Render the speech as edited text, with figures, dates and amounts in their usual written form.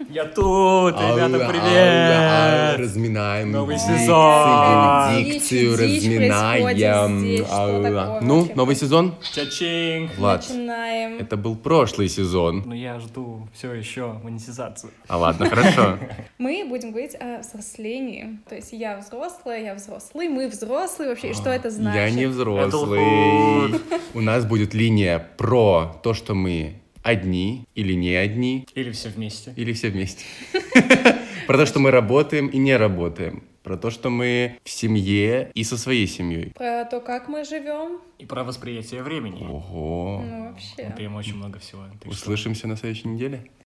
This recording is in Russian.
Я тут, ребята, привет! Разминаем Новый дикцию, сезон. дикцию Дичь происходит разминаем. здесь, что такое Ну, вообще новый сезон? Ча-чинг! Влад, Начинаем. это был прошлый сезон. Но я жду все еще монетизацию. А ладно, хорошо. Мы будем говорить о взрослении. То есть я взрослая, я взрослый, мы взрослые вообще. И что это значит? Я не взрослый. Adulthood. У нас будет линия про то, что мы одни или не одни, Или все вместе. или все вместе. Про то, что мы работаем и не работаем. Про то, что мы в семье и со своей семьей. Про то, как мы живем. И про восприятие времени. Ого. Ну, вообще. Прям очень много всего. Так что Услышимся на следующей неделе.